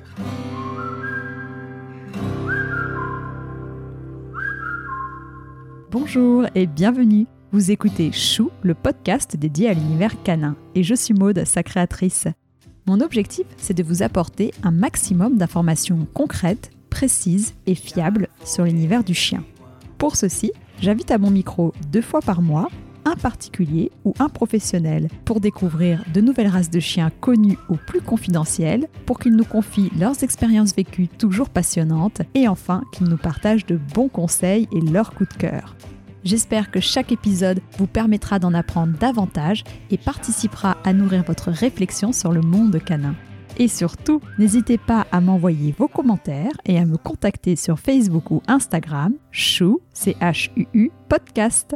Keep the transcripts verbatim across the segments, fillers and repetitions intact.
Bonjour et bienvenue. Vous écoutez Chou, le podcast dédié à l'univers canin. Et je suis Maude, sa créatrice. Mon objectif, c'est de vous apporter un maximum d'informations concrètes, précises et fiables sur l'univers du chien. Pour ceci, j'invite à mon micro deux fois par mois un particulier ou un professionnel pour découvrir de nouvelles races de chiens connues ou plus confidentielles, pour qu'ils nous confient leurs expériences vécues toujours passionnantes et enfin qu'ils nous partagent de bons conseils et leurs coups de cœur. J'espère que chaque épisode vous permettra d'en apprendre davantage et participera à nourrir votre réflexion sur le monde canin. Et surtout, n'hésitez pas à m'envoyer vos commentaires et à me contacter sur Facebook ou Instagram, Chou, C H U U, podcast.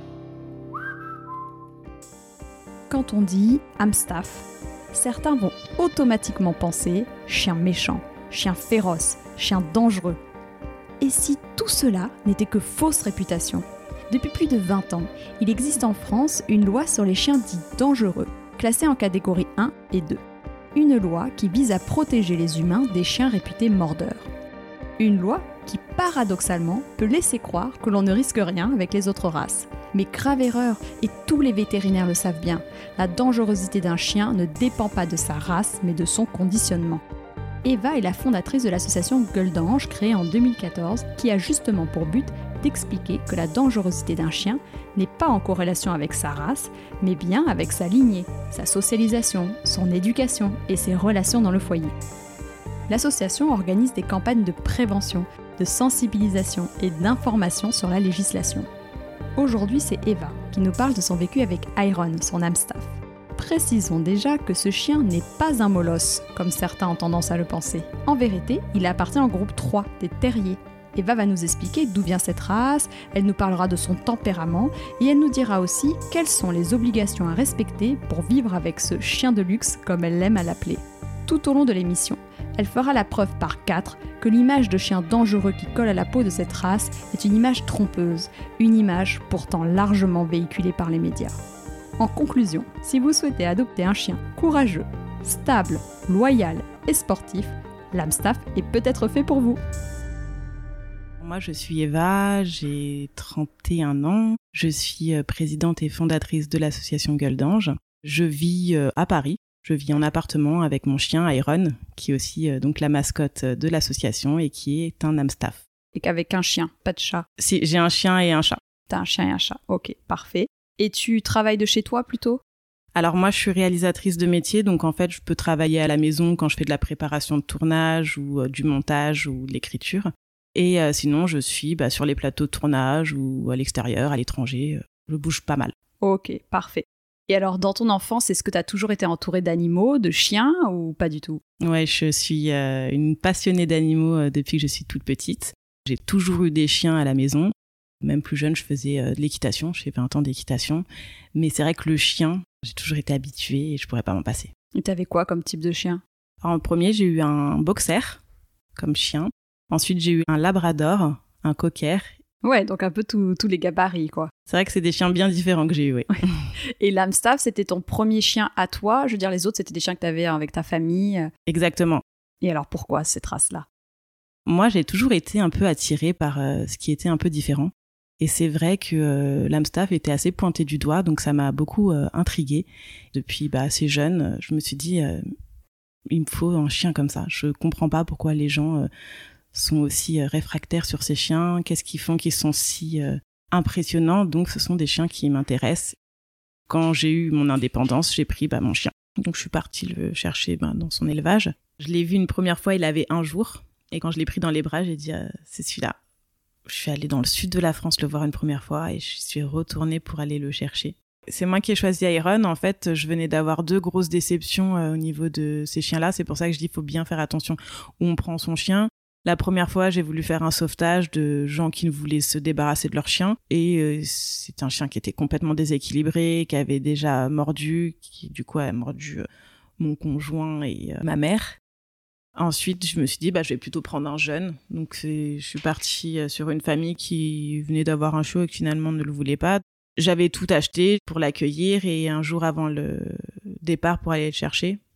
Quand on dit Amstaff, certains vont automatiquement penser chien méchant, chien féroce, chien dangereux. Et si tout cela n'était que fausse réputation ? Depuis plus de vingt ans, il existe en France une loi sur les chiens dits dangereux, classés en catégorie un et deux. Une loi qui vise à protéger les humains des chiens réputés mordeurs. Une loi qui, paradoxalement, peut laisser croire que l'on ne risque rien avec les autres races. Mais grave erreur, et tous les vétérinaires le savent bien, la dangerosité d'un chien ne dépend pas de sa race, mais de son conditionnement. Eva est la fondatrice de l'association Gueule d'Ange, créée en deux mille quatorze, qui a justement pour but d'expliquer que la dangerosité d'un chien n'est pas en corrélation avec sa race, mais bien avec sa lignée, sa socialisation, son éducation et ses relations dans le foyer. L'association organise des campagnes de prévention, de sensibilisation et d'information sur la législation. Aujourd'hui, c'est Eva qui nous parle de son vécu avec Iron, son Amstaff. Précisons déjà que ce chien n'est pas un molosse, comme certains ont tendance à le penser. En vérité, il appartient au groupe trois, des terriers. Eva va nous expliquer d'où vient cette race, elle nous parlera de son tempérament et elle nous dira aussi quelles sont les obligations à respecter pour vivre avec ce chien de luxe, comme elle l'aime à l'appeler. Tout au long de l'émission, elle fera la preuve par quatre que l'image de chien dangereux qui colle à la peau de cette race est une image trompeuse, une image pourtant largement véhiculée par les médias. En conclusion, si vous souhaitez adopter un chien courageux, stable, loyal et sportif, l'Amstaff est peut-être fait pour vous. Moi, je suis Eva, j'ai trente et un ans, je suis présidente et fondatrice de l'association Gueule d'Ange. Je vis à Paris. Je vis en appartement avec mon chien Iron, qui est aussi euh, donc la mascotte de l'association et qui est un Amstaff. Et qu'avec un chien, pas de chat. Si, j'ai un chien et un chat. T'as un chien et un chat, ok, parfait. Et tu travailles de chez toi plutôt ? Alors moi, je suis réalisatrice de métier, donc en fait, je peux travailler à la maison quand je fais de la préparation de tournage ou euh, du montage ou de l'écriture. Et euh, sinon, je suis bah, sur les plateaux de tournage ou à l'extérieur, à l'étranger. Euh, je bouge pas mal. Ok, parfait. Et alors, dans ton enfance, est-ce que tu as toujours été entourée d'animaux, de chiens ou pas du tout ? Ouais, je suis euh, une passionnée d'animaux euh, depuis que je suis toute petite. J'ai toujours eu des chiens à la maison. Même plus jeune, je faisais euh, de l'équitation. Je fais vingt ans d'équitation. Mais c'est vrai que le chien, j'ai toujours été habituée et je pourrais pas m'en passer. Et t'avais quoi comme type de chien ? Alors, en premier, j'ai eu un boxer comme chien. Ensuite, j'ai eu un labrador, un cocker. Ouais, donc un peu tous les gabarits, quoi. C'est vrai que c'est des chiens bien différents que j'ai eu, oui. Et l'Amstaff, c'était ton premier chien à toi ? Je veux dire, les autres, c'était des chiens que tu avais avec ta famille. Exactement. Et alors, pourquoi cette race-là ? Moi, j'ai toujours été un peu attirée par euh, ce qui était un peu différent. Et c'est vrai que euh, l'Amstaff était assez pointé du doigt, donc ça m'a beaucoup euh, intriguée. Depuis bah, assez jeune, je me suis dit, euh, il me faut un chien comme ça. Je comprends pas pourquoi les gens... Euh, sont aussi euh, réfractaires sur ces chiens, qu'est-ce qu'ils font qu'ils sont si euh, impressionnants, donc ce sont des chiens qui m'intéressent. Quand j'ai eu mon indépendance, j'ai pris bah, mon chien. Donc je suis partie le chercher bah, dans son élevage. Je l'ai vu une première fois, il avait un jour, et quand je l'ai pris dans les bras, j'ai dit euh, c'est celui-là. Je suis allée dans le sud de la France le voir une première fois, et je suis retournée pour aller le chercher. C'est moi qui ai choisi Iron. En fait, je venais d'avoir deux grosses déceptions euh, au niveau de ces chiens-là, c'est pour ça que je dis qu'il faut bien faire attention où on prend son chien. La première fois, j'ai voulu faire un sauvetage de gens qui voulaient se débarrasser de leur chien. Et euh, c'est un chien qui était complètement déséquilibré, qui avait déjà mordu, qui du coup a mordu euh, mon conjoint et euh, ma mère. Ensuite, je me suis dit, bah, je vais plutôt prendre un jeune. Donc, c'est, je suis partie sur une famille qui venait d'avoir un chiot et qui finalement ne le voulait pas. J'avais tout acheté pour l'accueillir et un jour avant le départ pour aller le chercher,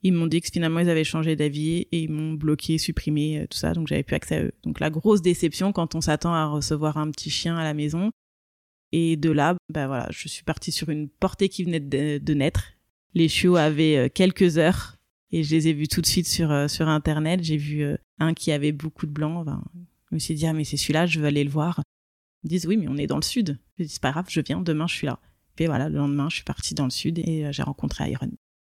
Ils m'ont dit que finalement, ils avaient changé d'avis et ils m'ont bloqué, supprimé, euh, tout ça. Donc, j'avais plus accès à eux. Donc, la grosse déception quand on s'attend à recevoir un petit chien à la maison. Et de là, bah voilà, je suis partie sur une portée qui venait de, de naître. Les chiots avaient euh, quelques heures et je les ai vus tout de suite sur, euh, sur Internet. J'ai vu euh, un qui avait beaucoup de blanc. Enfin, je me suis dit, ah, mais c'est celui-là, je veux aller le voir. Ils me disent, oui, mais on est dans le sud. Je dis, c'est pas grave, je viens, demain, je suis là. Et voilà, le lendemain, je suis partie dans le sud et euh, j'ai rencontré Iron.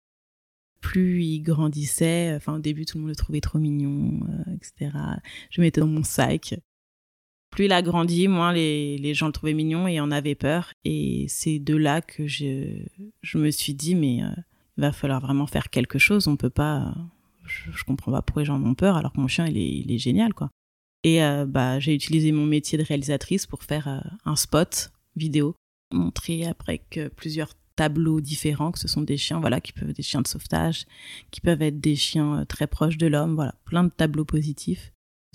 Plus il grandissait, enfin au début tout le monde le trouvait trop mignon, euh, et cetera. Je mettais dans mon sac. Plus il a grandi, moins les, les gens le trouvaient mignon et en avaient peur. Et c'est de là que je, je me suis dit, mais euh, il va falloir vraiment faire quelque chose. On peut pas, je, je comprends pas pourquoi les gens ont peur alors que mon chien il est, il est génial quoi. Et euh, bah j'ai utilisé mon métier de réalisatrice pour faire euh, un spot vidéo, montrer après que plusieurs tableaux différents, que ce sont des chiens, voilà, qui peuvent être des chiens de sauvetage, qui peuvent être des chiens très proches de l'homme, voilà, plein de tableaux positifs.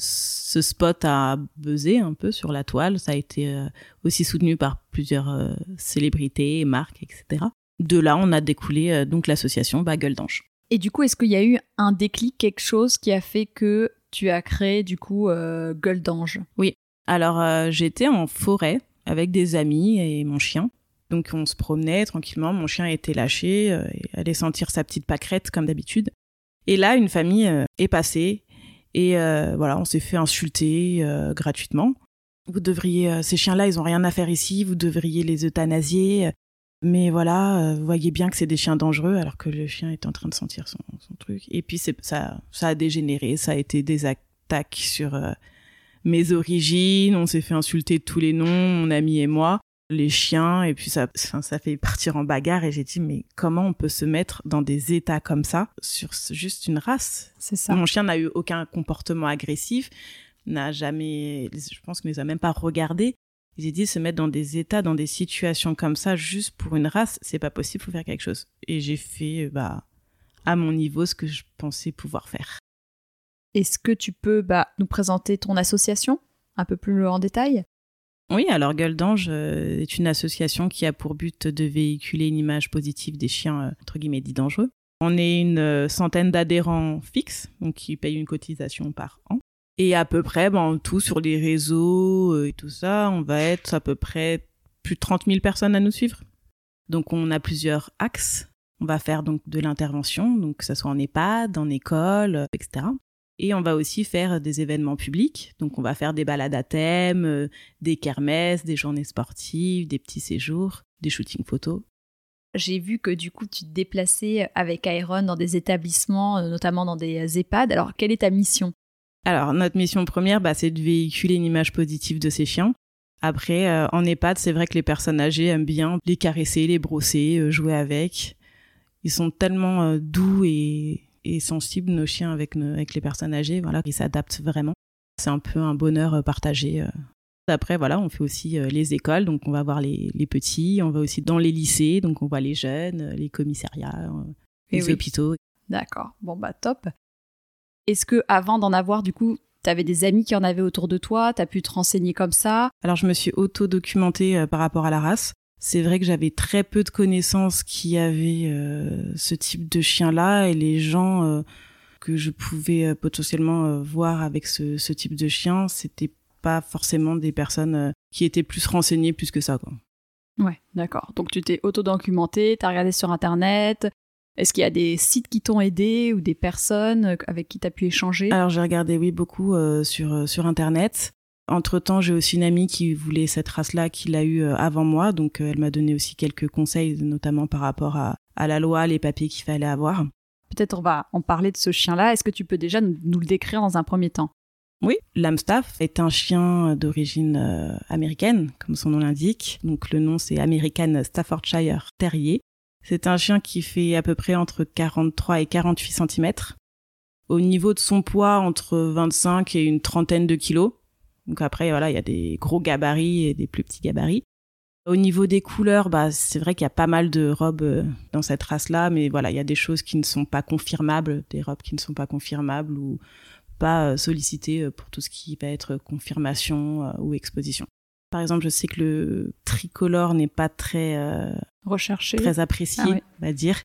Ce spot a buzzé un peu sur la toile, ça a été euh, aussi soutenu par plusieurs euh, célébrités, marques, et cetera. De là, on a découlé euh, donc l'association bah, Gueule d'Ange. Et du coup, est-ce qu'il y a eu un déclic, quelque chose qui a fait que tu as créé du coup euh, Gueule d'Ange? Oui, alors euh, j'étais en forêt avec des amis et mon chien. Donc on se promenait tranquillement, mon chien était lâché, euh, il allait sentir sa petite pâquerette comme d'habitude. Et là, une famille euh, est passée et euh, voilà, on s'est fait insulter euh, gratuitement. Vous devriez, euh, ces chiens-là, ils ont rien à faire ici, vous devriez les euthanasier. Mais voilà, euh, vous voyez bien que c'est des chiens dangereux alors que le chien est en train de sentir son, son truc. Et puis c'est, ça, ça a dégénéré, ça a été des attaques sur euh, mes origines, on s'est fait insulter de tous les noms, mon ami et moi. Les chiens, et puis ça, enfin, ça fait partir en bagarre, et j'ai dit, mais comment on peut se mettre dans des états comme ça, sur juste une race? C'est ça. Mon chien n'a eu aucun comportement agressif, n'a jamais, je pense qu'il ne les a même pas regardés. J'ai dit, se mettre dans des états, dans des situations comme ça, juste pour une race, c'est pas possible, faut faire quelque chose. Et j'ai fait, bah, à mon niveau, ce que je pensais pouvoir faire. Est-ce que tu peux bah, nous présenter ton association, un peu plus en détail ? Oui, alors Gueule d'Ange euh, est une association qui a pour but de véhiculer une image positive des chiens, euh, entre guillemets, dits dangereux. On est une euh, centaine d'adhérents fixes, donc qui payent une cotisation par an. Et à peu près, ben, tout sur les réseaux euh, et tout ça, on va être à peu près plus de trente mille personnes à nous suivre. Donc on a plusieurs axes. On va faire donc de l'intervention, donc que ce soit en EHPAD, en école, euh, et cetera. Et on va aussi faire des événements publics. Donc, on va faire des balades à thème, euh, des kermesses, des journées sportives, des petits séjours, des shootings photos. J'ai vu que du coup, tu te déplaçais avec Iron dans des établissements, notamment dans des EHPAD. Alors, quelle est ta mission ? Alors, notre mission première, bah, c'est de véhiculer une image positive de ces chiens. Après, euh, en EHPAD, c'est vrai que les personnes âgées aiment bien les caresser, les brosser, euh, jouer avec. Ils sont tellement euh, doux et... et sensibles, nos chiens, avec, nos, avec les personnes âgées, voilà, ils s'adaptent vraiment. C'est un peu un bonheur partagé. Après, voilà, on fait aussi les écoles, donc on va voir les, les petits, on va aussi dans les lycées, donc on voit les jeunes, les commissariats, les oui. hôpitaux. D'accord, bon bah top. Est-ce que avant d'en avoir, du coup, t'avais des amis qui en avaient autour de toi, t'as pu te renseigner comme ça ? Alors je me suis auto-documentée euh, par rapport à la race. C'est vrai que j'avais très peu de connaissances qui avaient euh, ce type de chien-là, et les gens euh, que je pouvais euh, potentiellement euh, voir avec ce, ce type de chien, c'était pas forcément des personnes euh, qui étaient plus renseignées plus que ça, quoi. Ouais, d'accord. Donc tu t'es auto-documentée, t'as regardé sur Internet. Est-ce qu'il y a des sites qui t'ont aidé ou des personnes avec qui t'as pu échanger ? Alors j'ai regardé, oui, beaucoup euh, sur, euh, sur Internet. Entre-temps, j'ai aussi une amie qui voulait cette race-là, qui l'a eue avant moi. Donc, elle m'a donné aussi quelques conseils, notamment par rapport à, à la loi, les papiers qu'il fallait avoir. Peut-être on va en parler de ce chien-là. Est-ce que tu peux déjà nous, nous le décrire dans un premier temps ? Oui, l'Amstaff est un chien d'origine euh, américaine, comme son nom l'indique. Donc, le nom, c'est American Staffordshire Terrier. C'est un chien qui fait à peu près entre quarante-trois et quarante-huit centimètres. Au niveau de son poids, entre vingt-cinq et une trentaine de kilos. Donc après, voilà, il y a des gros gabarits et des plus petits gabarits. Au niveau des couleurs, bah, c'est vrai qu'il y a pas mal de robes dans cette race-là, mais voilà, il y a des choses qui ne sont pas confirmables, des robes qui ne sont pas confirmables ou pas sollicitées pour tout ce qui va être confirmation ou exposition. Par exemple, je sais que le tricolore n'est pas très euh, recherché, très apprécié, ah ouais. on va dire.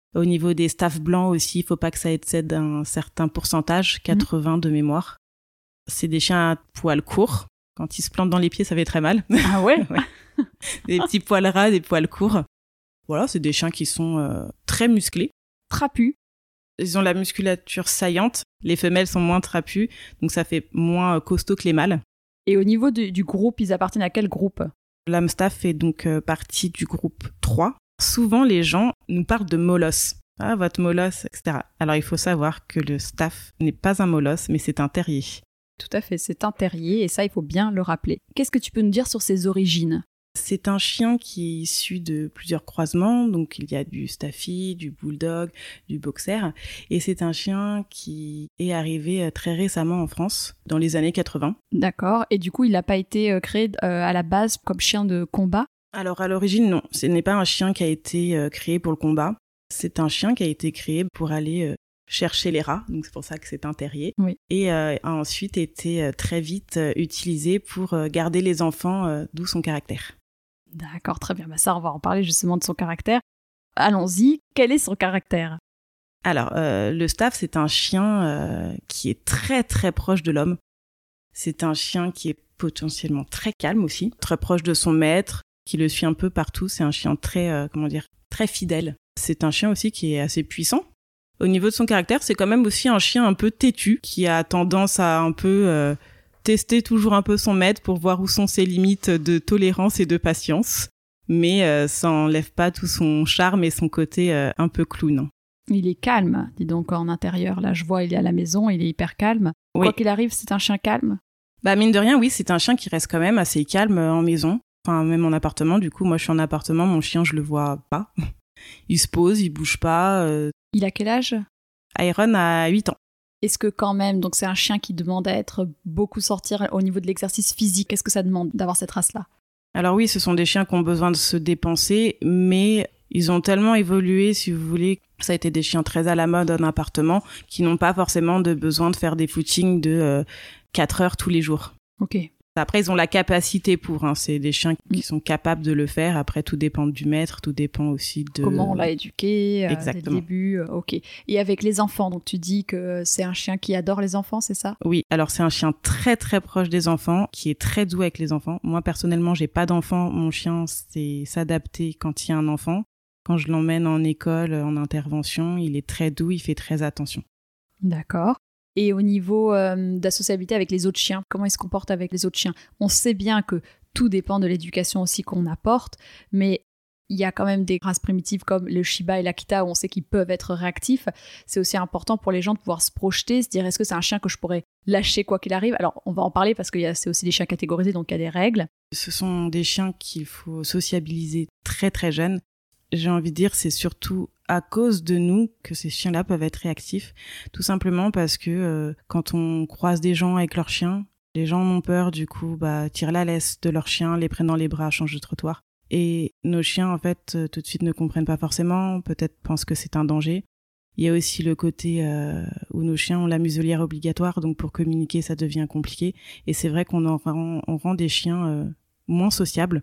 Au niveau des staffs blancs aussi, il faut pas que ça excède un certain pourcentage, quatre-vingts mmh. de mémoire. C'est des chiens à poils courts. Quand ils se plantent dans les pieds, ça fait très mal. Ah ouais, ouais. Des petits poils ras, des poils courts. Voilà, c'est des chiens qui sont euh, très musclés. Trapus. Ils ont la musculature saillante. Les femelles sont moins trapues, donc ça fait moins costaud que les mâles. Et au niveau de, du groupe, ils appartiennent à quel groupe ? L'Amstaff fait donc euh, partie du groupe trois. Souvent, les gens nous parlent de molosse. Ah, votre molosse, et cetera. Alors, il faut savoir que le staff n'est pas un molosse, mais c'est un terrier. Tout à fait, c'est un terrier, et ça, il faut bien le rappeler. Qu'est-ce que tu peux nous dire sur ses origines ? C'est un chien qui est issu de plusieurs croisements, donc il y a du staffy, du bulldog, du boxer, et c'est un chien qui est arrivé très récemment en France, dans les années quatre-vingts. D'accord, et du coup il n'a pas été créé euh, à la base comme chien de combat ? Alors à l'origine non, ce n'est pas un chien qui a été euh, créé pour le combat, c'est un chien qui a été créé pour aller euh, chercher les rats, donc c'est pour ça que c'est un terrier, oui. et euh, a ensuite été euh, très vite euh, utilisé pour euh, garder les enfants, euh, d'où son caractère. D'accord, très bien. Bah ça, on va en parler justement de son caractère. Allons-y. Quel est son caractère ? Alors, euh, le staff, c'est un chien euh, qui est très très proche de l'homme. C'est un chien qui est potentiellement très calme aussi, très proche de son maître, qui le suit un peu partout. C'est un chien très, euh, comment dire, très fidèle. C'est un chien aussi qui est assez puissant. Au niveau de son caractère, c'est quand même aussi un chien un peu têtu, qui a tendance à un peu... Euh, tester toujours un peu son maître pour voir où sont ses limites de tolérance et de patience. Mais euh, ça enlève pas tout son charme et son côté euh, un peu clown. Il est calme, dis donc, en intérieur. Là, je vois, il est à la maison, il est hyper calme. Oui. Quoi qu'il arrive, c'est un chien calme ? Bah, mine de rien, oui, c'est un chien qui reste quand même assez calme en maison. Enfin, même en appartement. Du coup, moi, je suis en appartement, mon chien, je le vois pas. Il se pose, il bouge pas. Euh... Il a quel âge ? Iron a huit ans. Est-ce que quand même, donc c'est un chien qui demande à être beaucoup sortir au niveau de l'exercice physique, est-ce que ça demande d'avoir cette race-là ? Alors oui, ce sont des chiens qui ont besoin de se dépenser, mais ils ont tellement évolué, si vous voulez, ça a été des chiens très à la mode en appartement, qui n'ont pas forcément de besoin de faire des footings de euh, quatre heures tous les jours. Ok. Après, ils ont la capacité pour, hein. C'est des chiens qui sont capables de le faire. Après, tout dépend du maître, tout dépend aussi de... Comment on l'a éduqué, euh, dès le Exactement. début, euh, ok. Et avec les enfants, donc tu dis que c'est un chien qui adore les enfants, c'est ça ? Oui, alors c'est un chien très très proche des enfants, qui est très doux avec les enfants. Moi, personnellement, j'ai pas d'enfant. Mon chien, c'est s'adapter quand il y a un enfant. Quand je l'emmène en école, en intervention, il est très doux, il fait très attention. D'accord. Et au niveau euh, d'associabilité avec les autres chiens, comment il se comporte avec les autres chiens ? On sait bien que tout dépend de l'éducation aussi qu'on apporte, mais il y a quand même des races primitives comme le Shiba et l'Akita où on sait qu'ils peuvent être réactifs. C'est aussi important pour les gens de pouvoir se projeter, se dire est-ce que c'est un chien que je pourrais lâcher quoi qu'il arrive ? Alors on va en parler parce que y a, c'est aussi des chiens catégorisés, donc il y a des règles. Ce sont des chiens qu'il faut sociabiliser très très jeunes. J'ai envie de dire, c'est surtout à cause de nous que ces chiens-là peuvent être réactifs. Tout simplement parce que euh, quand on croise des gens avec leurs chiens, les gens ont peur, du coup, bah, tirent la laisse de leurs chiens, les prennent dans les bras, changent de trottoir. Et nos chiens, en fait, euh, tout de suite ne comprennent pas forcément, peut-être pensent que c'est un danger. Il y a aussi le côté euh, où nos chiens ont la muselière obligatoire, donc pour communiquer, ça devient compliqué. Et c'est vrai qu'on en rend, on rend des chiens euh, moins sociables.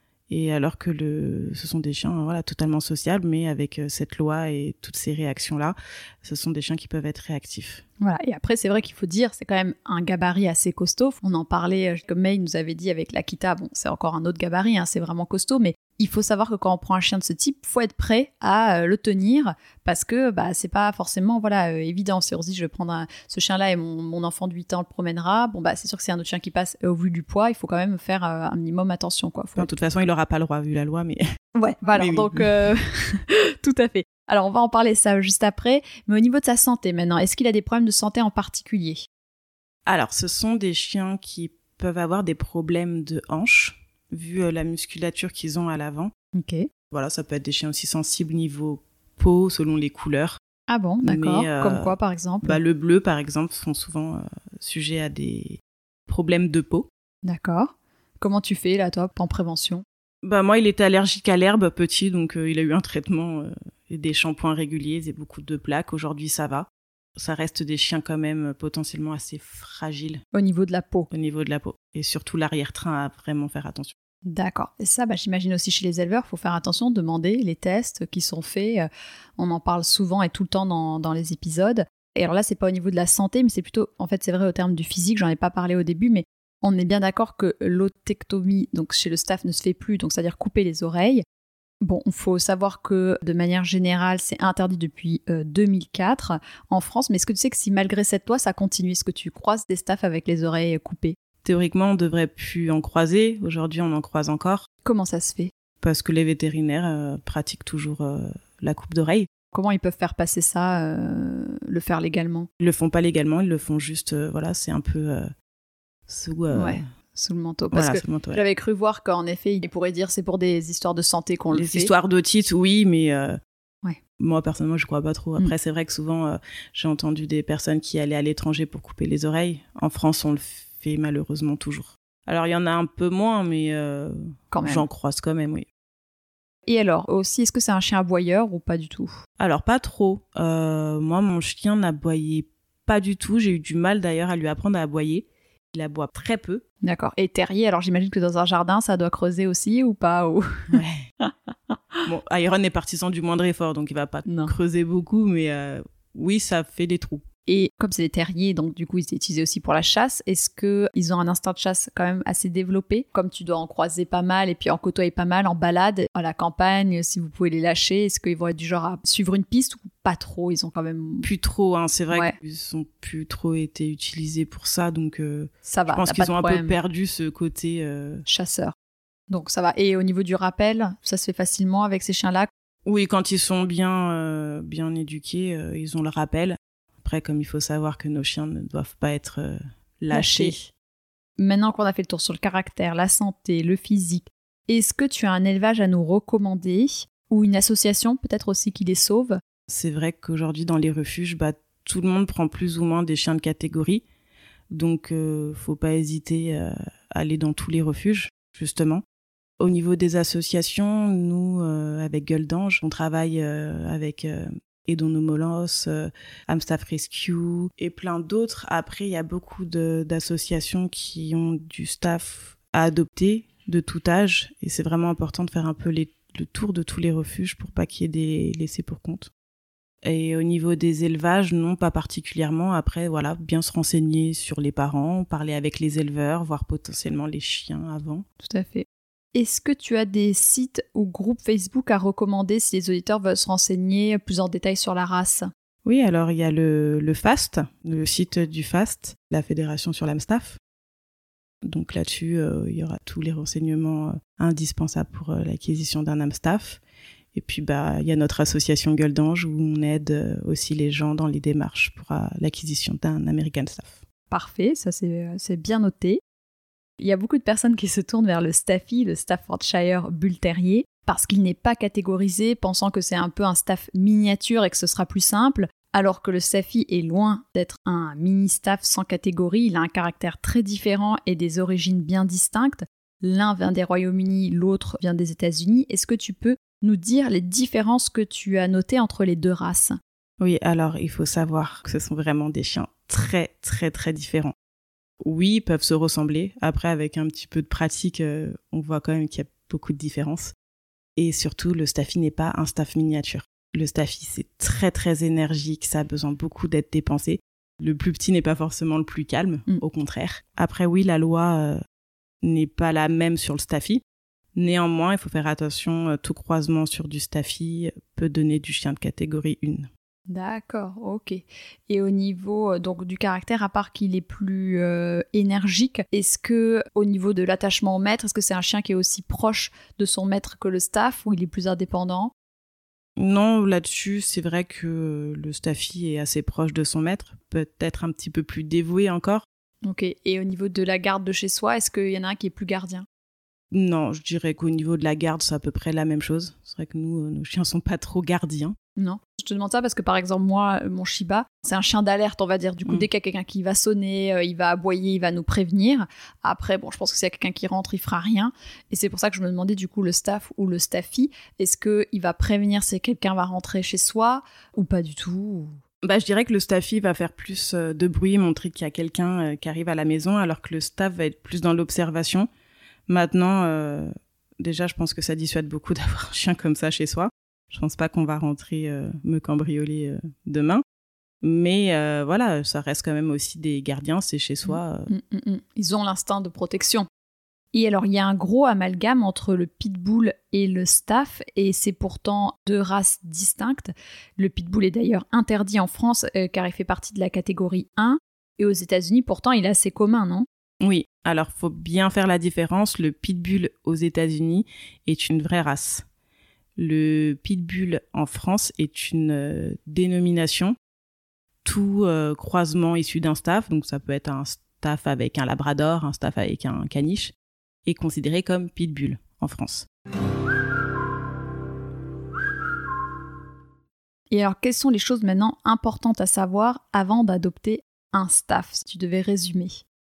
Et alors que le, ce sont des chiens voilà, totalement sociables, mais avec cette loi et toutes ces réactions-là, ce sont des chiens qui peuvent être réactifs. Voilà, et après, c'est vrai qu'il faut dire, c'est quand même un gabarit assez costaud. On en parlait, comme May nous avait dit avec l'Akita, bon, c'est encore un autre gabarit, hein, c'est vraiment costaud, mais il faut savoir que quand on prend un chien de ce type, faut être prêt à euh, le tenir parce que bah, c'est pas forcément voilà, euh, évident. Si on se dit, je vais prendre un, ce chien-là et mon, mon enfant de huit ans le promènera, bon, bah, c'est sûr que c'est un autre chien qui passe au vu du poids, il faut quand même faire euh, un minimum attention. Quoi. Faut de toute façon, il n'aura pas le droit vu la loi, mais... Ouais, voilà, mais oui. donc euh, tout à fait. Alors, on va en parler ça juste après, mais au niveau de sa santé maintenant, est-ce qu'il a des problèmes de santé en particulier ? Alors, ce sont des chiens qui peuvent avoir des problèmes de hanches, vu euh, la musculature qu'ils ont à l'avant. Ok. Voilà, ça peut être des chiens aussi sensibles niveau peau, selon les couleurs. Ah bon, d'accord. Mais, euh, Comme quoi, par exemple ? bah, le bleu, par exemple, sont souvent euh, sujets à des problèmes de peau. D'accord. Comment tu fais, là, toi, en prévention ? Bah, moi, il était allergique à l'herbe petit, donc euh, il a eu un traitement euh, et des shampoings réguliers et beaucoup de plaques. Aujourd'hui, ça va. Ça reste des chiens quand même potentiellement assez fragiles. Au niveau de la peau. Au niveau de la peau. Et surtout, l'arrière-train à vraiment faire attention. D'accord. Et ça, bah, j'imagine aussi chez les éleveurs, il faut faire attention, demander les tests qui sont faits. On en parle souvent et tout le temps dans, dans les épisodes. Et alors là, c'est pas au niveau de la santé, mais c'est plutôt, en fait, c'est vrai au terme du physique, j'en ai pas parlé au début, mais on est bien d'accord que l'otectomie, donc chez le staff, ne se fait plus, donc c'est-à-dire couper les oreilles. Bon, il faut savoir que de manière générale, c'est interdit depuis euh, deux mille quatre en France, mais est-ce que tu sais que si malgré cette loi, ça continue, est-ce que tu croises des staffs avec les oreilles coupées ? Théoriquement, on devrait plus en croiser. Aujourd'hui, on en croise encore. Comment ça se fait ? Parce que les vétérinaires euh, pratiquent toujours euh, la coupe d'oreille. Comment ils peuvent faire passer ça, euh, le faire légalement ? Ils le font pas légalement, ils le font juste, euh, voilà, c'est un peu euh, sous... Euh, ouais. Sous le manteau. Parce voilà, que sous le manteau, ouais. J'avais cru voir qu'en effet, il pourrait dire c'est pour des histoires de santé qu'on les le fait. Les histoires d'otite, oui, mais euh, ouais. moi, personnellement, je crois pas trop. Après, mm. c'est vrai que souvent, euh, j'ai entendu des personnes qui allaient à l'étranger pour couper les oreilles. En France, on le fait malheureusement toujours. Alors, il y en a un peu moins, mais euh, quand même. J'en croise quand même, oui. Et alors, aussi, est-ce que c'est un chien aboyeur ou pas du tout ? Alors, pas trop. Euh, moi, mon chien n'aboyait pas du tout. J'ai eu du mal, d'ailleurs, à lui apprendre à aboyer. Il aboie très peu. D'accord. Et terrier, alors j'imagine que dans un jardin, ça doit creuser aussi ou pas ou... Ouais. Bon, Iron est partisan du moindre effort, donc il va pas non. creuser beaucoup, mais euh, oui, ça fait des trous. Et comme c'est des terriers, donc du coup, ils étaient utilisés aussi pour la chasse, est-ce qu'ils ont un instinct de chasse quand même assez développé ? Comme tu dois en croiser pas mal et puis en côtoyer pas mal, en balade, à la campagne, si vous pouvez les lâcher, est-ce qu'ils vont être du genre à suivre une piste ou pas trop ? Ils ont quand même... Plus trop, hein. C'est vrai ouais. qu'ils ont plus trop été utilisés pour ça, donc euh, ça va, je pense qu'ils ont un peu perdu ce côté... Euh... chasseur. Donc ça va. Et au niveau du rappel, ça se fait facilement avec ces chiens-là ? Oui, quand ils sont bien, euh, bien éduqués, euh, ils ont le rappel. Après, comme il faut savoir que nos chiens ne doivent pas être euh, lâchés. lâchés. Maintenant qu'on a fait le tour sur le caractère, la santé, le physique, est-ce que tu as un élevage à nous recommander ou une association peut-être aussi qui les sauve ? C'est vrai qu'aujourd'hui, dans les refuges, bah, tout le monde prend plus ou moins des chiens de catégorie. Donc, euh, faut pas hésiter à aller dans tous les refuges, justement. Au niveau des associations, nous, euh, avec Gueule d'Ange, on travaille euh, avec... Euh, Edonomolos, euh, Amstaff Rescue et plein d'autres. Après, il y a beaucoup de, d'associations qui ont du staff à adopter de tout âge et c'est vraiment important de faire un peu les, le tour de tous les refuges pour pas qu'il y ait des laissés pour compte. Et au niveau des élevages, non, pas particulièrement. Après, voilà, bien se renseigner sur les parents, parler avec les éleveurs, voir potentiellement les chiens avant. Tout à fait. Est-ce que tu as des sites ou groupes Facebook à recommander si les auditeurs veulent se renseigner plus en détail sur la race ? Oui, alors il y a le, le FAST, le site du FAST, la Fédération sur l'Amstaff. Donc là-dessus, euh, il y aura tous les renseignements euh, indispensables pour euh, l'acquisition d'un Amstaff. Et puis, bah, il y a notre association Gueule d'Ange où on aide euh, aussi les gens dans les démarches pour euh, l'acquisition d'un American Staff. Parfait, ça c'est, c'est bien noté. Il y a beaucoup de personnes qui se tournent vers le Staffy, le Staffordshire Bull Terrier, parce qu'il n'est pas catégorisé, pensant que c'est un peu un staff miniature et que ce sera plus simple, alors que le Staffy est loin d'être un mini-staff sans catégorie. Il a un caractère très différent et des origines bien distinctes. L'un vient des Royaumes-Unis, l'autre vient des États-Unis. Est-ce que tu peux nous dire les différences que tu as notées entre les deux races ? Oui, alors il faut savoir que ce sont vraiment des chiens très, très, très différents. Oui, ils peuvent se ressembler. Après, avec un petit peu de pratique, euh, on voit quand même qu'il y a beaucoup de différences. Et surtout, le Staffy n'est pas un staff miniature. Le Staffy, c'est très, très énergique. Ça a besoin beaucoup d'être dépensé. Le plus petit n'est pas forcément le plus calme, mm. au contraire. Après, oui, la loi euh, n'est pas la même sur le Staffy. Néanmoins, il faut faire attention. Euh, tout croisement sur du Staffy peut donner du chien de catégorie un. D'accord, ok. Et au niveau donc du caractère, à part qu'il est plus euh, énergique, est-ce que au niveau de l'attachement au maître, est-ce que c'est un chien qui est aussi proche de son maître que le staff ou il est plus indépendant ? Non, là-dessus, c'est vrai que le Staffy est assez proche de son maître, peut-être un petit peu plus dévoué encore. Ok. Et au niveau de la garde de chez soi, est-ce qu'il y en a un qui est plus gardien ? Non, je dirais qu'au niveau de la garde, c'est à peu près la même chose. C'est vrai que nous, nos chiens sont pas trop gardiens. Non. Je te demande ça parce que, par exemple, moi, mon Shiba, c'est un chien d'alerte, on va dire. Du coup, mmh. dès qu'il y a quelqu'un qui va sonner, euh, il va aboyer, il va nous prévenir. Après, bon, je pense que s'il y a quelqu'un qui rentre, il fera rien. Et c'est pour ça que je me demandais, du coup, le staff ou le Staffy, est-ce qu'il va prévenir si quelqu'un va rentrer chez soi ou pas du tout ? Bah, je dirais que le Staffy va faire plus de bruit, montrer qu'il y a quelqu'un qui arrive à la maison, alors que le staff va être plus dans l'observation. Maintenant, euh, déjà, je pense que ça dissuade beaucoup d'avoir un chien comme ça chez soi. Je pense pas qu'on va rentrer euh, me cambrioler euh, demain. Mais euh, voilà, ça reste quand même aussi des gardiens, c'est chez soi. Euh. Mmh, mmh, mmh. Ils ont l'instinct de protection. Et alors, il y a un gros amalgame entre le pitbull et le staff, et c'est pourtant deux races distinctes. Le pitbull est d'ailleurs interdit en France, euh, car il fait partie de la catégorie un, et aux États-Unis, pourtant, il est assez commun, non ? Oui, alors faut bien faire la différence. Le pitbull aux États-Unis est une vraie race. Le pitbull en France est une euh, dénomination. Tout euh, croisement issu d'un staff, donc ça peut être un staff avec un labrador, un staff avec un caniche, est considéré comme pitbull en France. Et alors, quelles sont les choses maintenant importantes à savoir avant d'adopter un staff, si tu devais résumer ?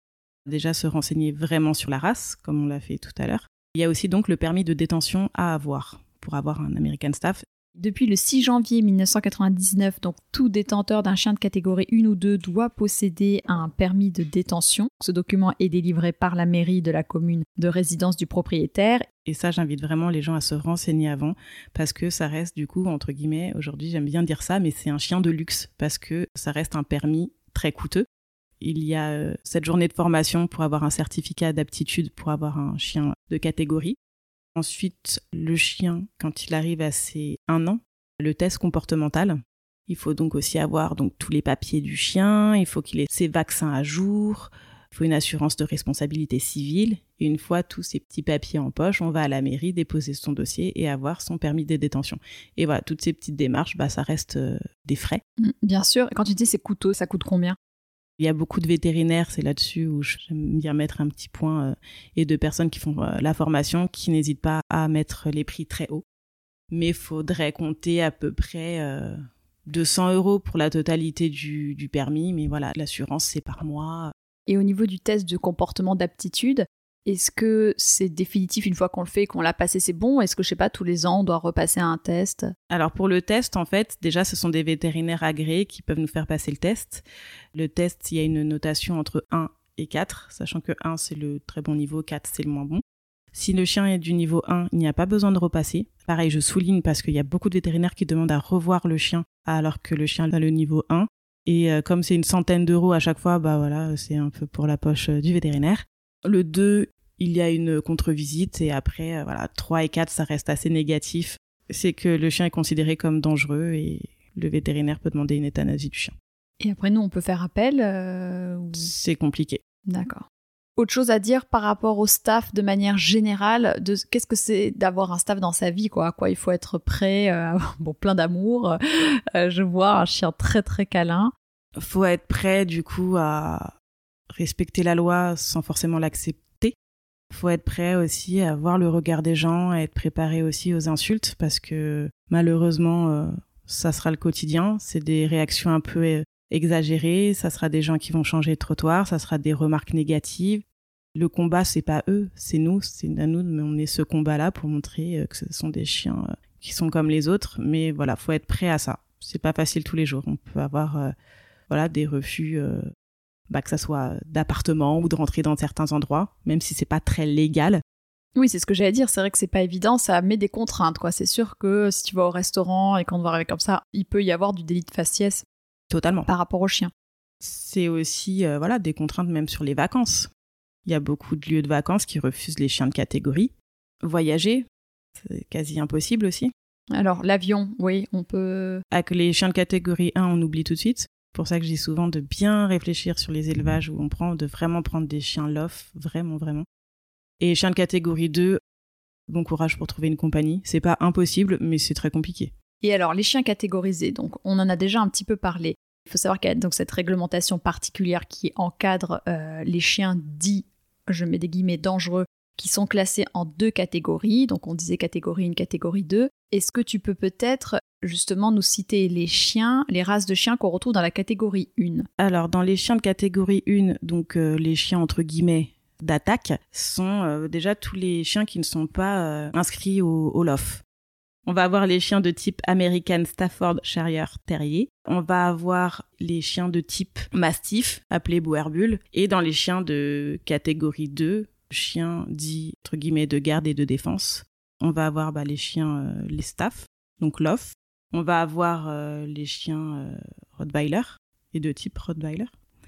Déjà, se renseigner vraiment sur la race, comme on l'a fait tout à l'heure. Il y a aussi donc le permis de détention à avoir pour avoir un American Staff. Depuis le six janvier mille neuf cent quatre-vingt-dix-neuf, donc tout détenteur d'un chien de catégorie un ou deux doit posséder un permis de détention. Ce document est délivré par la mairie de la commune de résidence du propriétaire. Et ça, j'invite vraiment les gens à se renseigner avant, parce que ça reste du coup, entre guillemets, aujourd'hui j'aime bien dire ça, mais c'est un chien de luxe, parce que ça reste un permis très coûteux. Il y a euh, cette journée de formation pour avoir un certificat d'aptitude pour avoir un chien de catégorie. Ensuite, le chien, quand il arrive à ses un an, le test comportemental. Il faut donc aussi avoir donc, tous les papiers du chien, il faut qu'il ait ses vaccins à jour, il faut une assurance de responsabilité civile. Et une fois tous ces petits papiers en poche, on va à la mairie déposer son dossier et avoir son permis de détention. Et voilà, toutes ces petites démarches, bah, ça reste euh, des frais. Bien sûr, quand tu dis c'est coûteux, ça coûte combien ? Il y a beaucoup de vétérinaires, c'est là-dessus où j'aime bien mettre un petit point, euh, et de personnes qui font euh, la formation qui n'hésitent pas à mettre les prix très hauts. Mais il faudrait compter à peu près euh, deux cents euros pour la totalité du, du permis. Mais voilà, l'assurance, c'est par mois. Et au niveau du test de comportement d'aptitude, est-ce que c'est définitif une fois qu'on le fait et qu'on l'a passé, c'est bon ? Est-ce que, je sais pas, tous les ans, on doit repasser un test ? Alors pour le test, en fait, déjà, ce sont des vétérinaires agréés qui peuvent nous faire passer le test. Le test, il y a une notation entre un et quatre, sachant que un, c'est le très bon niveau, quatre, c'est le moins bon. Si le chien est du niveau un, il n'y a pas besoin de repasser. Pareil, je souligne parce qu'il y a beaucoup de vétérinaires qui demandent à revoir le chien alors que le chien a le niveau un. Et euh, comme c'est une centaine d'euros à chaque fois, bah voilà, c'est un peu pour la poche euh, du vétérinaire. Le deux, il y a une contre-visite et après, euh, voilà, trois et quatre, ça reste assez négatif. C'est que le chien est considéré comme dangereux et le vétérinaire peut demander une euthanasie du chien. Et après, nous, on peut faire appel euh, ou... C'est compliqué. D'accord. Autre chose à dire par rapport au staff de manière générale, de qu'est-ce que c'est d'avoir un staff dans sa vie, quoi, à quoi il faut être prêt, euh, bon, plein d'amour. Euh, je vois un chien très très câlin. Faut être prêt du coup à respecter la loi sans forcément l'accepter. Faut être prêt aussi à voir le regard des gens, à être préparé aussi aux insultes parce que malheureusement euh, ça sera le quotidien. C'est des réactions un peu euh, exagérées, ça sera des gens qui vont changer de trottoir, ça sera des remarques négatives. Le combat, c'est pas eux, c'est nous, c'est à nous de mener ce combat-là pour montrer euh, que ce sont des chiens euh, qui sont comme les autres. Mais voilà, faut être prêt à ça. C'est pas facile tous les jours. On peut avoir euh, voilà des refus. Euh, Bah, que ça soit d'appartement ou de rentrer dans certains endroits, même si c'est pas très légal. Oui, c'est ce que j'allais dire, c'est vrai que c'est pas évident, ça met des contraintes, quoi. C'est sûr que si tu vas au restaurant et qu'on te voit arriver comme ça, il peut y avoir du délit de faciès. Totalement. Par rapport aux chiens. C'est aussi euh, voilà, des contraintes même sur les vacances. Il y a beaucoup de lieux de vacances qui refusent les chiens de catégorie. Voyager, c'est quasi impossible aussi. Alors, l'avion, oui, on peut... Avec les chiens de catégorie un, on oublie tout de suite. C'est pour ça que je dis souvent de bien réfléchir sur les élevages où on prend, de vraiment prendre des chiens lof, vraiment, vraiment. Et chiens de catégorie deux, bon courage pour trouver une compagnie. C'est pas impossible, mais c'est très compliqué. Et alors, les chiens catégorisés, donc on en a déjà un petit peu parlé. Il faut savoir qu'il y a donc cette réglementation particulière qui encadre euh, les chiens dits, je mets des guillemets, dangereux, qui sont classés en deux catégories. Donc on disait catégorie un, catégorie deux. Est-ce que tu peux peut-être justement nous citer les chiens, les races de chiens qu'on retrouve dans la catégorie un? Alors dans les chiens de catégorie un, donc euh, les chiens entre guillemets d'attaque, sont euh, déjà tous les chiens qui ne sont pas euh, inscrits au, au L O F. On va avoir les chiens de type American Staffordshire Terrier. On va avoir les chiens de type Mastiff, appelés Boerbull. Et dans les chiens de catégorie deux, chiens dits entre guillemets de garde et de défense. On va avoir bah, les chiens, euh, les staff, donc l'off. On va avoir euh, les chiens euh, Rottweiler et de type Rottweiler.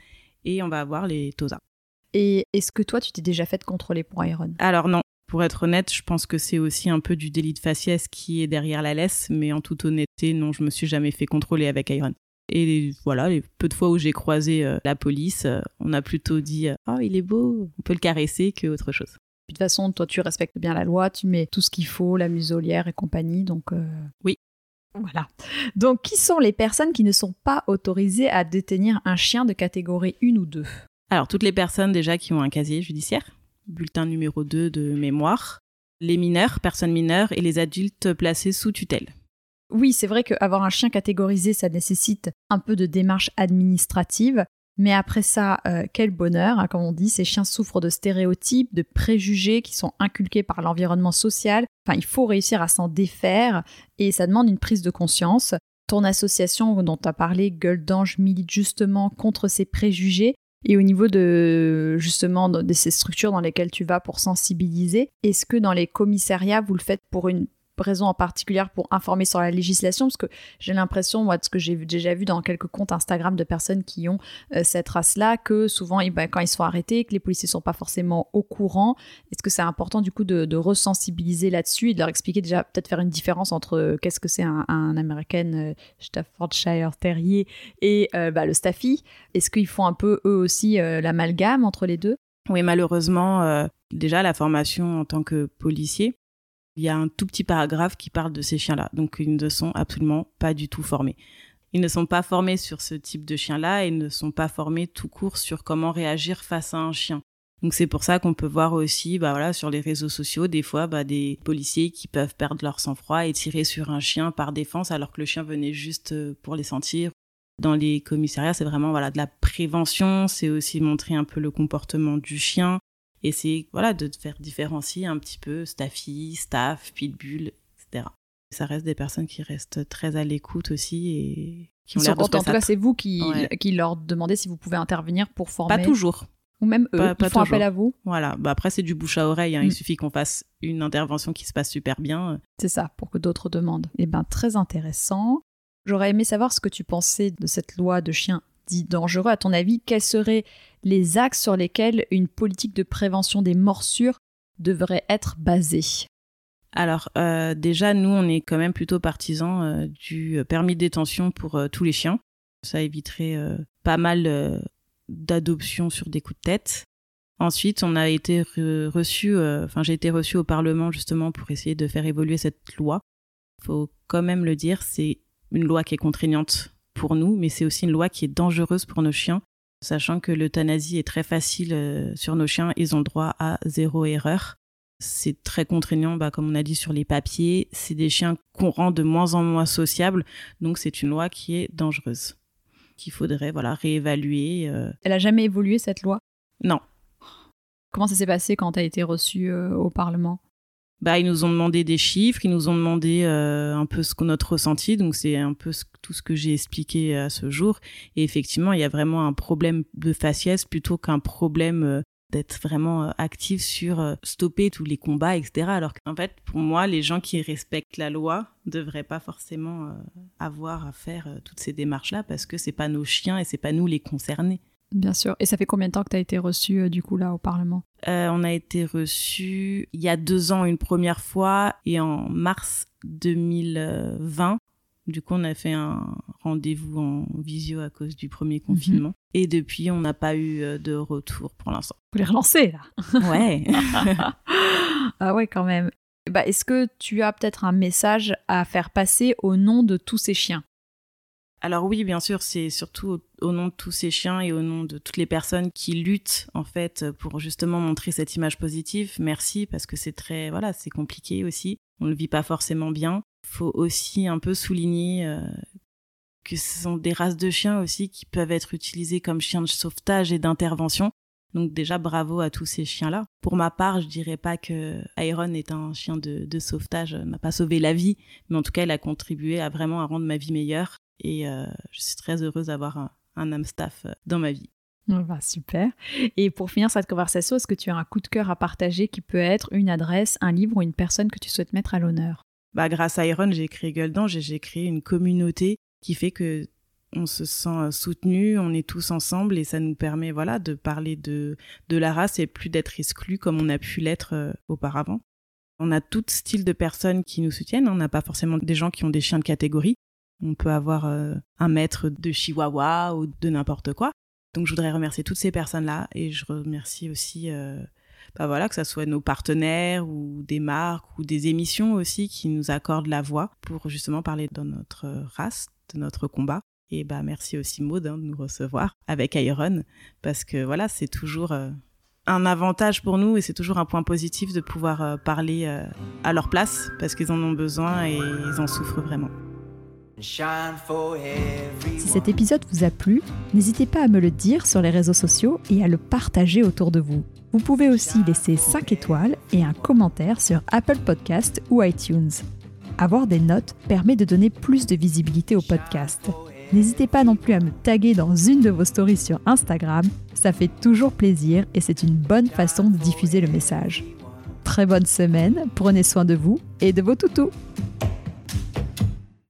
Et on va avoir les Tosa. Et est-ce que toi, tu t'es déjà fait contrôler pour Iron ? Alors non, pour être honnête, je pense que c'est aussi un peu du délit de faciès qui est derrière la laisse, mais en toute honnêteté, non, je me suis jamais fait contrôler avec Iron. Et voilà, les peu de fois où j'ai croisé euh, la police, euh, on a plutôt dit euh, « Oh, il est beau, on peut le caresser » qu'autre chose. De toute façon, toi, tu respectes bien la loi, tu mets tout ce qu'il faut, la muselière et compagnie, donc... Euh... Oui. Voilà. Donc, qui sont les personnes qui ne sont pas autorisées à détenir un chien de catégorie un ou deux ? Alors, toutes les personnes déjà qui ont un casier judiciaire, bulletin numéro deux de mémoire, les mineurs, personnes mineures et les adultes placés sous tutelle. Oui, c'est vrai qu'avoir un chien catégorisé, ça nécessite un peu de démarche administrative, mais après ça, euh, quel bonheur, hein, comme on dit, ces chiens souffrent de stéréotypes, de préjugés qui sont inculqués par l'environnement social. Enfin, il faut réussir à s'en défaire et ça demande une prise de conscience. Ton association dont tu as parlé, Gueule d'Ange, milite justement contre ces préjugés. Et au niveau de, justement, de ces structures dans lesquelles tu vas pour sensibiliser, est-ce que dans les commissariats, vous le faites pour une raison en particulier pour informer sur la législation? Parce que j'ai l'impression, moi, de ce que j'ai déjà vu dans quelques comptes Instagram de personnes qui ont euh, cette race-là, que souvent, eh ben, quand ils se font arrêter, que les policiers ne sont pas forcément au courant. Est-ce que c'est important, du coup, de, de resensibiliser là-dessus et de leur expliquer déjà, peut-être faire une différence entre euh, qu'est-ce que c'est un, un American euh, Staffordshire Terrier et euh, bah, le Staffy? Est-ce qu'ils font un peu, eux aussi, euh, l'amalgame entre les deux? Oui, malheureusement, euh, déjà, la formation en tant que policier, il y a un tout petit paragraphe qui parle de ces chiens-là. Donc, ils ne sont absolument pas du tout formés. Ils ne sont pas formés sur ce type de chien-là et ne sont pas formés tout court sur comment réagir face à un chien. Donc, c'est pour ça qu'on peut voir aussi, bah voilà, sur les réseaux sociaux, des fois, bah, des policiers qui peuvent perdre leur sang-froid et tirer sur un chien par défense alors que le chien venait juste pour les sentir. Dans les commissariats, c'est vraiment, voilà, de la prévention. C'est aussi montrer un peu le comportement du chien. Et c'est voilà, de faire différencier un petit peu Staffy, Staff, Pitbull, et cetera. Ça reste des personnes qui restent très à l'écoute aussi et qui ont l'air de se En tout cas, c'est vous qui, ouais. qui leur demandez si vous pouvez intervenir pour former. Pas toujours. Ou même eux, pas, ils pas font toujours. appel à vous. Voilà. Bah après, c'est du bouche à oreille. Hein. Mm. Il suffit qu'on fasse une intervention qui se passe super bien. C'est ça, pour que d'autres demandent. Eh bien, très intéressant. J'aurais aimé savoir ce que tu pensais de cette loi de chiens dits dangereux. À ton avis, quels seraient les axes sur lesquels une politique de prévention des morsures devrait être basée? Alors, euh, déjà, nous, on est quand même plutôt partisans euh, du permis de détention pour euh, tous les chiens. Ça éviterait euh, pas mal euh, d'adoptions sur des coups de tête. Ensuite, on a été re- reçu, enfin, euh, j'ai été reçue au Parlement justement pour essayer de faire évoluer cette loi. Faut quand même le dire, c'est une loi qui est contraignante pour nous, mais c'est aussi une loi qui est dangereuse pour nos chiens, sachant que l'euthanasie est très facile euh, sur nos chiens, ils ont le droit à zéro erreur. C'est très contraignant, bah, comme on a dit sur les papiers, c'est des chiens qu'on rend de moins en moins sociables, donc c'est une loi qui est dangereuse, qu'il faudrait voilà, réévaluer. Euh... Elle a jamais évolué cette loi? Non. Comment ça s'est passé quand tu as été reçu euh, au Parlement? Bah, ils nous ont demandé des chiffres, ils nous ont demandé euh, un peu ce que notre ressenti, donc c'est un peu ce, tout ce que j'ai expliqué à ce jour. Et effectivement, il y a vraiment un problème de faciès plutôt qu'un problème euh, d'être vraiment euh, actif sur euh, stopper tous les combats, et cetera. Alors qu'en fait, pour moi, les gens qui respectent la loi devraient pas forcément euh, avoir à faire euh, toutes ces démarches-là parce que c'est pas nos chiens et c'est pas nous les concernés. Bien sûr. Et ça fait combien de temps que tu as été reçu euh, du coup là au Parlement? euh, On a été reçu il y a deux ans une première fois et en mars deux mille vingt. Du coup, on a fait un rendez-vous en visio à cause du premier confinement. Mm-hmm. Et depuis, on n'a pas eu de retour pour l'instant. Vous les relancez là? Ouais. Ah ouais, quand même. Bah, est-ce que tu as peut-être un message à faire passer au nom de tous ces chiens? Alors oui, bien sûr, c'est surtout au, au nom de tous ces chiens et au nom de toutes les personnes qui luttent en fait pour justement montrer cette image positive. Merci, parce que c'est très, voilà, c'est compliqué aussi. On le vit pas forcément bien. Faut aussi un peu souligner euh, que ce sont des races de chiens aussi qui peuvent être utilisées comme chiens de sauvetage et d'intervention. Donc déjà, bravo à tous ces chiens-là. Pour ma part, je dirais pas que Iron est un chien de, de sauvetage, m'a pas sauvé la vie, mais en tout cas, il a contribué à vraiment à rendre ma vie meilleure. Et euh, je suis très heureuse d'avoir un, un Amstaff dans ma vie. Bah, super. Et pour finir cette conversation, est-ce que tu as un coup de cœur à partager qui peut être une adresse, un livre ou une personne que tu souhaites mettre à l'honneur? Bah, grâce à Iron, j'ai créé Gueule d'Ange et j'ai créé une communauté qui fait que on se sent soutenu, on est tous ensemble et ça nous permet voilà, de parler de, de la race et plus d'être exclus comme on a pu l'être euh, auparavant. On a tout style de personnes qui nous soutiennent, on n'a pas forcément des gens qui ont des chiens de catégorie. On peut avoir euh, un maître de chihuahua ou de n'importe quoi. Donc je voudrais remercier toutes ces personnes-là et je remercie aussi euh, bah voilà, que ça soit nos partenaires ou des marques ou des émissions aussi qui nous accordent la voix pour justement parler de notre race, de notre combat. Et bah merci aussi Maud hein, de nous recevoir avec Iron parce que voilà, c'est toujours euh, un avantage pour nous et c'est toujours un point positif de pouvoir euh, parler euh, à leur place parce qu'ils en ont besoin et ils en souffrent vraiment. Si cet épisode vous a plu, n'hésitez pas à me le dire sur les réseaux sociaux et à le partager autour de vous. Vous pouvez aussi laisser cinq étoiles et un commentaire sur Apple Podcasts ou iTunes. Avoir des notes permet de donner plus de visibilité au podcast. N'hésitez pas non plus à me taguer dans une de vos stories sur Instagram, ça fait toujours plaisir et c'est une bonne façon de diffuser le message. Très bonne semaine, prenez soin de vous et de vos toutous.